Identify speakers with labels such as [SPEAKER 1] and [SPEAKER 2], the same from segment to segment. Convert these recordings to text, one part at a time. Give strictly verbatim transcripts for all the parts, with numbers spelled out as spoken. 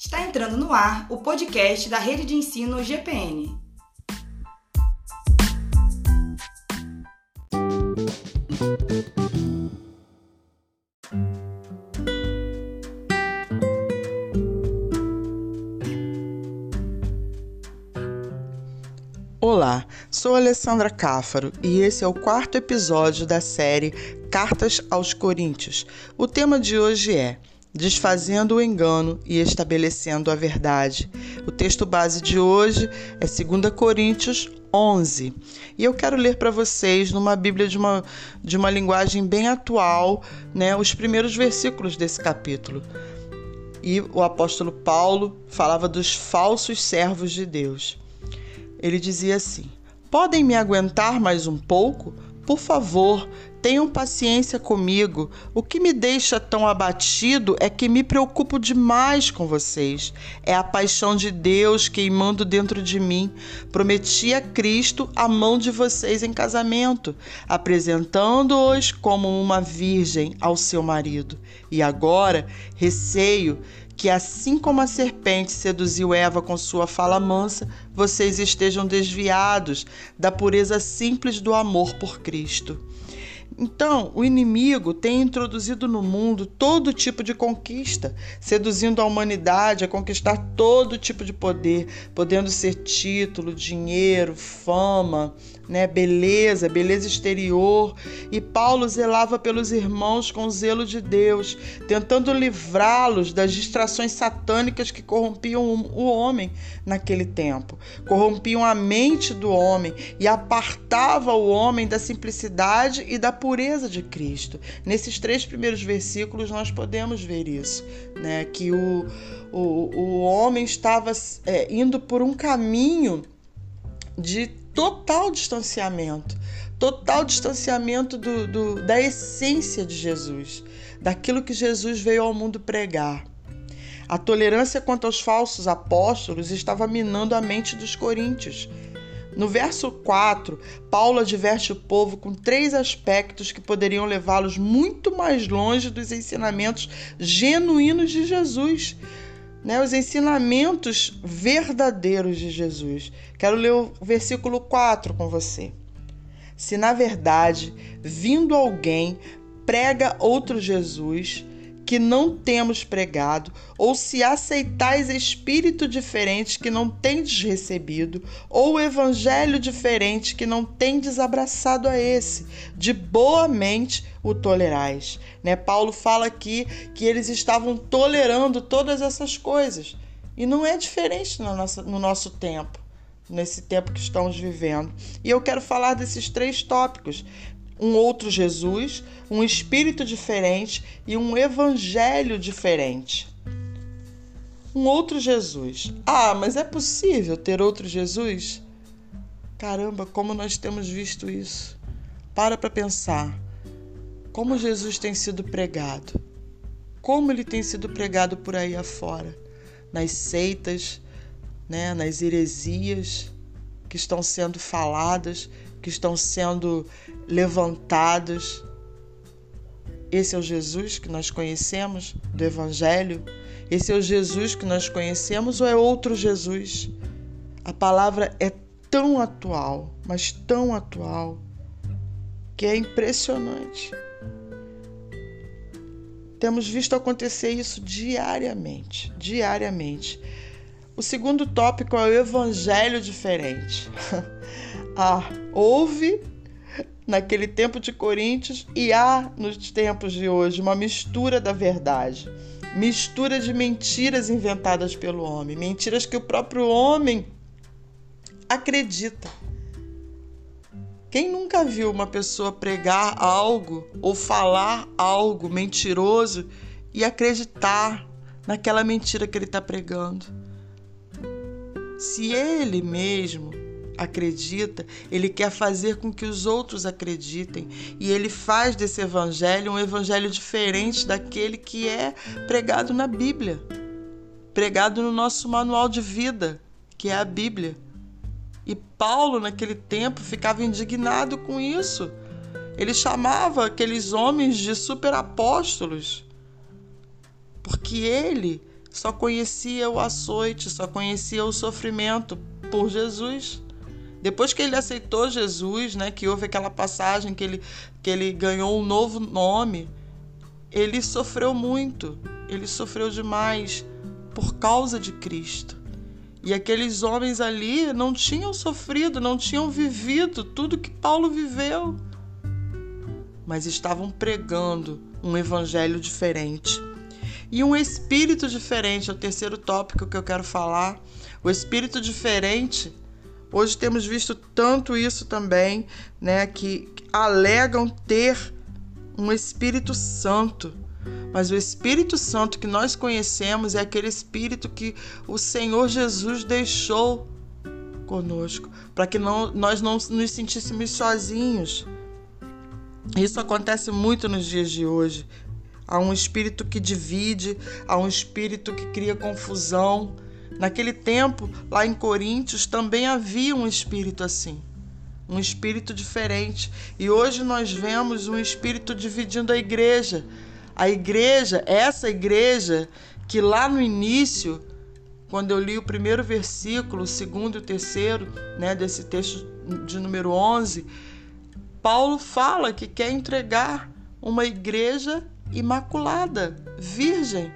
[SPEAKER 1] Está entrando no ar o podcast da Rede de Ensino G P N.
[SPEAKER 2] Olá, sou Alessandra Cáfaro e esse é o quarto episódio da série Cartas aos Coríntios. O tema de hoje é Desfazendo o engano e estabelecendo a verdade. O texto base de hoje é dois Coríntios onze. E eu quero ler para vocês, numa Bíblia de uma, de uma linguagem bem atual, né, os primeiros versículos desse capítulo. E o apóstolo Paulo falava dos falsos servos de Deus. Ele dizia assim: podem me aguentar mais um pouco? Por favor, tenham paciência comigo. O que me deixa tão abatido é que me preocupo demais com vocês. É a paixão de Deus queimando dentro de mim. Prometi a Cristo a mão de vocês em casamento, apresentando-os como uma virgem ao seu marido. E agora, receio que, assim como a serpente seduziu Eva com sua fala mansa, vocês estejam desviados da pureza simples do amor por Cristo. Então, o inimigo tem introduzido no mundo todo tipo de conquista, seduzindo a humanidade a conquistar todo tipo de poder, podendo ser título, dinheiro, fama, né, beleza, beleza exterior. E Paulo zelava pelos irmãos com o zelo de Deus, tentando livrá-los das distrações satânicas que corrompiam o homem naquele tempo, corrompiam a mente do homem e apartava o homem da simplicidade e da pureza de Cristo. Nesses três primeiros versículos nós podemos ver isso, né? Que o, o, o homem estava é, indo por um caminho de total distanciamento, total distanciamento do, do, da essência de Jesus, daquilo que Jesus veio ao mundo pregar. A tolerância quanto aos falsos apóstolos estava minando a mente dos coríntios. No verso quatro, Paulo adverte o povo com três aspectos que poderiam levá-los muito mais longe dos ensinamentos genuínos de Jesus, né? Os ensinamentos verdadeiros de Jesus. Quero ler o versículo quatro com você. Se na verdade, vindo alguém, prega outro Jesus que não temos pregado, ou se aceitais espírito diferente que não tendes recebido, ou evangelho diferente que não tendes abraçado a esse, de boa mente o tolerais. Né? Paulo fala aqui que eles estavam tolerando todas essas coisas, e não é diferente no nosso, no nosso tempo, nesse tempo que estamos vivendo. E eu quero falar desses três tópicos: um outro Jesus, um espírito diferente e um evangelho diferente. Um outro Jesus. Ah, mas é possível ter outro Jesus? Caramba, como nós temos visto isso. Para para pensar. Como Jesus tem sido pregado. Como ele tem sido pregado por aí afora. Nas seitas, né, nas heresias que estão sendo faladas, que estão sendo levantados. Esse é o Jesus que nós conhecemos do Evangelho? Esse é o Jesus que nós conhecemos ou é outro Jesus? A palavra é tão atual, mas tão atual, que é impressionante. Temos visto acontecer isso diariamente, diariamente. O segundo tópico é o evangelho diferente. Ah, houve naquele tempo de Coríntios e há nos tempos de hoje uma mistura da verdade, mistura de mentiras inventadas pelo homem, mentiras que o próprio homem acredita. Quem nunca viu uma pessoa pregar algo ou falar algo mentiroso e acreditar naquela mentira que ele está pregando? Se ele mesmo acredita, ele quer fazer com que os outros acreditem, e ele faz desse evangelho um evangelho diferente daquele que é pregado na Bíblia, pregado no nosso manual de vida, que é a Bíblia. E Paulo, naquele tempo, ficava indignado com isso. Ele chamava aqueles homens de superapóstolos, porque ele só conhecia o açoite, só conhecia o sofrimento por Jesus. Depois que ele aceitou Jesus, né, que houve aquela passagem que ele, que ele ganhou um novo nome, ele sofreu muito, ele sofreu demais por causa de Cristo. E aqueles homens ali não tinham sofrido, não tinham vivido tudo que Paulo viveu, mas estavam pregando um evangelho diferente. E um espírito diferente é o terceiro tópico que eu quero falar. O espírito diferente, hoje temos visto tanto isso também, né, que alegam ter um Espírito Santo. Mas o Espírito Santo que nós conhecemos é aquele Espírito que o Senhor Jesus deixou conosco, para que não, nós não nos sentíssemos sozinhos. Isso acontece muito nos dias de hoje. Há um espírito que divide, há um espírito que cria confusão. Naquele tempo, lá em Coríntios, também havia um espírito assim, um espírito diferente. E hoje nós vemos um espírito dividindo a igreja. A igreja, essa igreja que lá no início, quando eu li o primeiro versículo, o segundo e o terceiro, né, desse texto de número onze, Paulo fala que quer entregar uma igreja imaculada, virgem.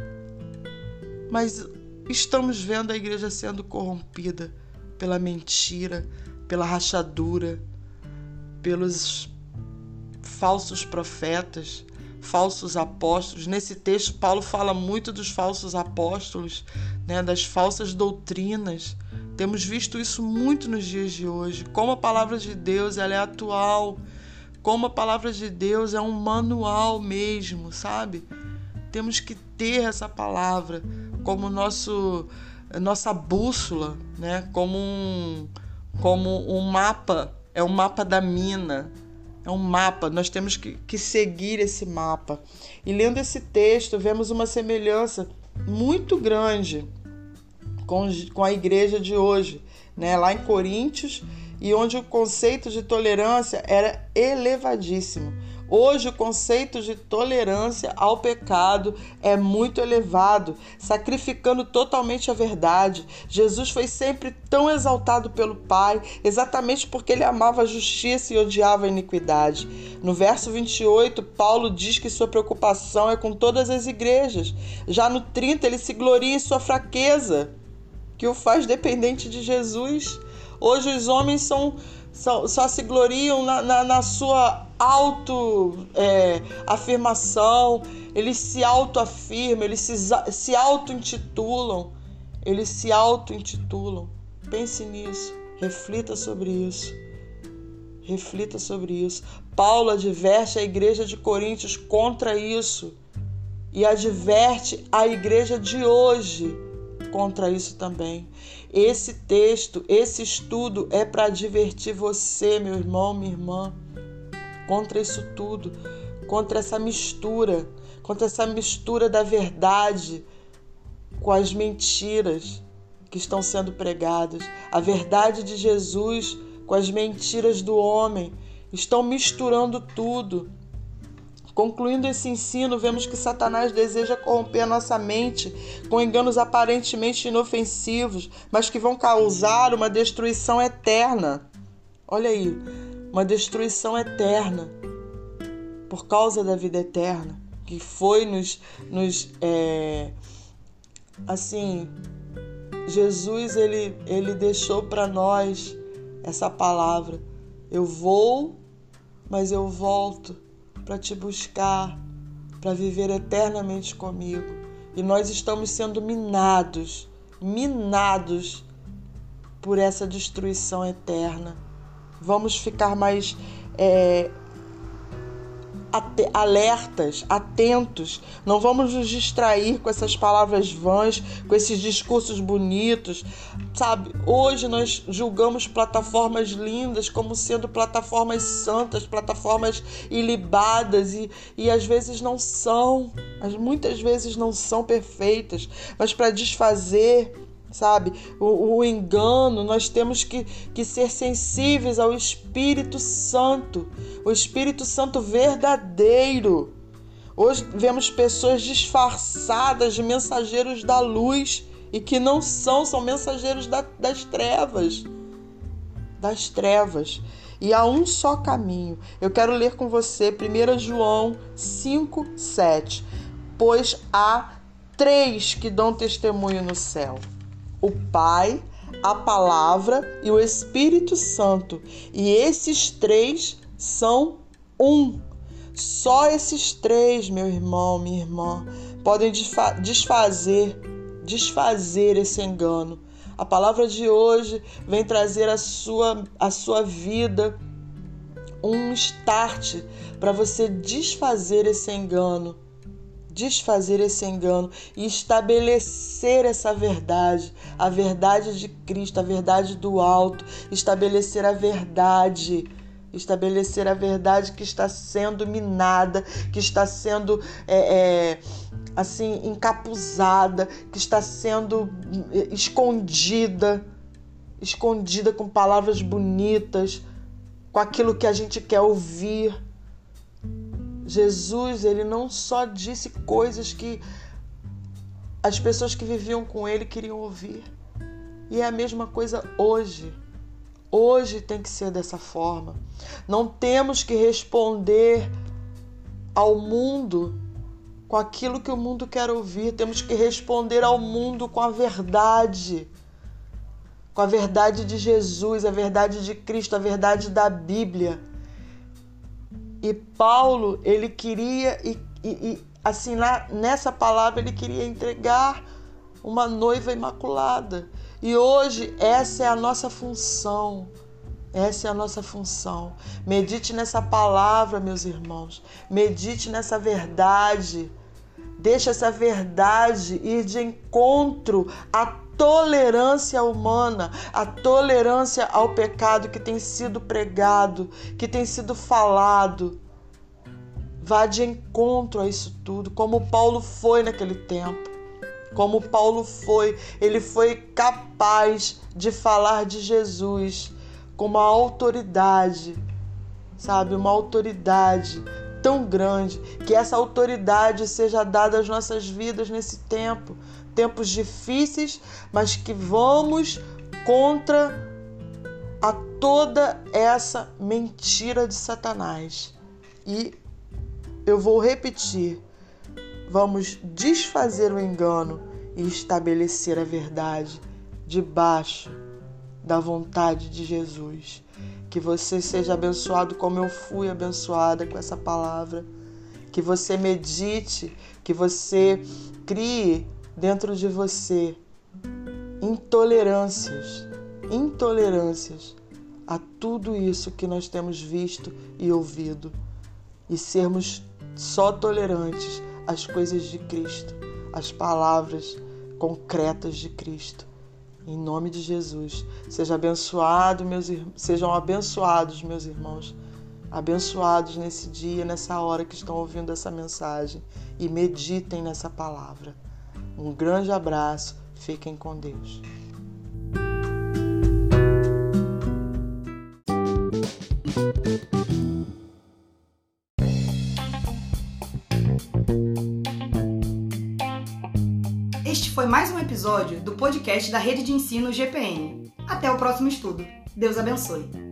[SPEAKER 2] Mas estamos vendo a igreja sendo corrompida pela mentira, pela rachadura, pelos falsos profetas, falsos apóstolos. Nesse texto, Paulo fala muito dos falsos apóstolos, né, das falsas doutrinas. Temos visto isso muito nos dias de hoje. Como a palavra de Deus ela é atual, como a palavra de Deus é um manual mesmo, sabe? Temos que ter essa palavra como nosso, nossa bússola, né? Como um, como um mapa, é um mapa da mina. É um mapa, nós temos que, que seguir esse mapa. E lendo esse texto, vemos uma semelhança muito grande com, com a igreja de hoje, né? Lá em Coríntios, e onde o conceito de tolerância era elevadíssimo. Hoje o conceito de tolerância ao pecado é muito elevado, sacrificando totalmente a verdade. Jesus foi sempre tão exaltado pelo Pai, exatamente porque ele amava a justiça e odiava a iniquidade. No verso vinte e oito, Paulo diz que sua preocupação é com todas as igrejas. Já no trinta, ele se gloria em sua fraqueza, que o faz dependente de Jesus. Hoje os homens são, só, só se gloriam na, na, na sua auto-afirmação, é, eles se auto-afirmam, eles se, se auto-intitulam, eles se auto-intitulam. Pense nisso, reflita sobre isso, reflita sobre isso. Paulo adverte a igreja de Coríntios contra isso e adverte a igreja de hoje contra isso também. Esse texto, esse estudo é para advertir você, meu irmão, minha irmã, contra isso tudo, contra essa mistura, contra essa mistura da verdade com as mentiras que estão sendo pregadas. A verdade de Jesus com as mentiras do homem estão misturando tudo. Concluindo esse ensino, vemos que Satanás deseja corromper a nossa mente com enganos aparentemente inofensivos, mas que vão causar uma destruição eterna. Olha aí, uma destruição eterna por causa da vida eterna, que foi nos... nos é, assim, Jesus, ele, ele deixou para nós essa palavra. Eu vou, mas eu volto para te buscar, para viver eternamente comigo. E nós estamos sendo minados, minados por essa destruição eterna. Vamos ficar mais é, alertas, atentos. Não vamos nos distrair com essas palavras vãs, com esses discursos bonitos, sabe? Hoje nós julgamos plataformas lindas como sendo plataformas santas, plataformas ilibadas e, e às vezes não são, mas muitas vezes não são perfeitas, mas para desfazer, sabe, o, o engano, nós temos que, que ser sensíveis ao Espírito Santo, o Espírito Santo verdadeiro, Hoje vemos pessoas disfarçadas de mensageiros da luz e que não são, são mensageiros da, das trevas. Das trevas. E há um só caminho. Eu quero ler com você primeiro João cinco, sete. Pois há três que dão testemunho no céu: o Pai, a Palavra e o Espírito Santo. E esses três são um. Só esses três, meu irmão, minha irmã, podem desfazer, desfazer esse engano. A palavra de hoje vem trazer à sua, à sua vida um start para você desfazer esse engano, desfazer esse engano e estabelecer essa verdade, a verdade de Cristo, a verdade do alto, estabelecer a verdade, estabelecer a verdade que está sendo minada, que está sendo é, é, assim encapuzada, que está sendo escondida, escondida com palavras bonitas, com aquilo que a gente quer ouvir. Jesus, ele não só disse coisas que as pessoas que viviam com ele queriam ouvir. E é a mesma coisa hoje. Hoje tem que ser dessa forma. Não temos que responder ao mundo com aquilo que o mundo quer ouvir. Temos que responder ao mundo com a verdade. Com a verdade de Jesus, a verdade de Cristo, a verdade da Bíblia. E Paulo, ele queria, e, e, e assim, lá, nessa palavra, ele queria entregar uma noiva imaculada. E hoje, essa é a nossa função. Essa é a nossa função. Medite nessa palavra, meus irmãos. Medite nessa verdade. Deixa essa verdade ir de encontro à tolerância humana, à tolerância ao pecado que tem sido pregado, que tem sido falado. Vá de encontro a isso tudo, como Paulo foi naquele tempo. Como Paulo foi, ele foi capaz de falar de Jesus com uma autoridade, sabe? Uma autoridade tão grande, que essa autoridade seja dada às nossas vidas nesse tempo. Tempos difíceis, mas que vamos contra a toda essa mentira de Satanás. E eu vou repetir. Vamos desfazer o engano e estabelecer a verdade debaixo da vontade de Jesus. Que você seja abençoado como eu fui abençoada com essa palavra. Que você medite, que você crie dentro de você intolerâncias, intolerâncias a tudo isso que nós temos visto e ouvido. E sermos só tolerantes as coisas de Cristo, as palavras concretas de Cristo. Em nome de Jesus, seja abençoado, meus, sejam abençoados, meus irmãos, abençoados nesse dia, nessa hora que estão ouvindo essa mensagem e meditem nessa palavra. Um grande abraço, fiquem com Deus.
[SPEAKER 1] Este foi mais um episódio do podcast da Rede de Ensino G P N. Até o próximo estudo. Deus abençoe.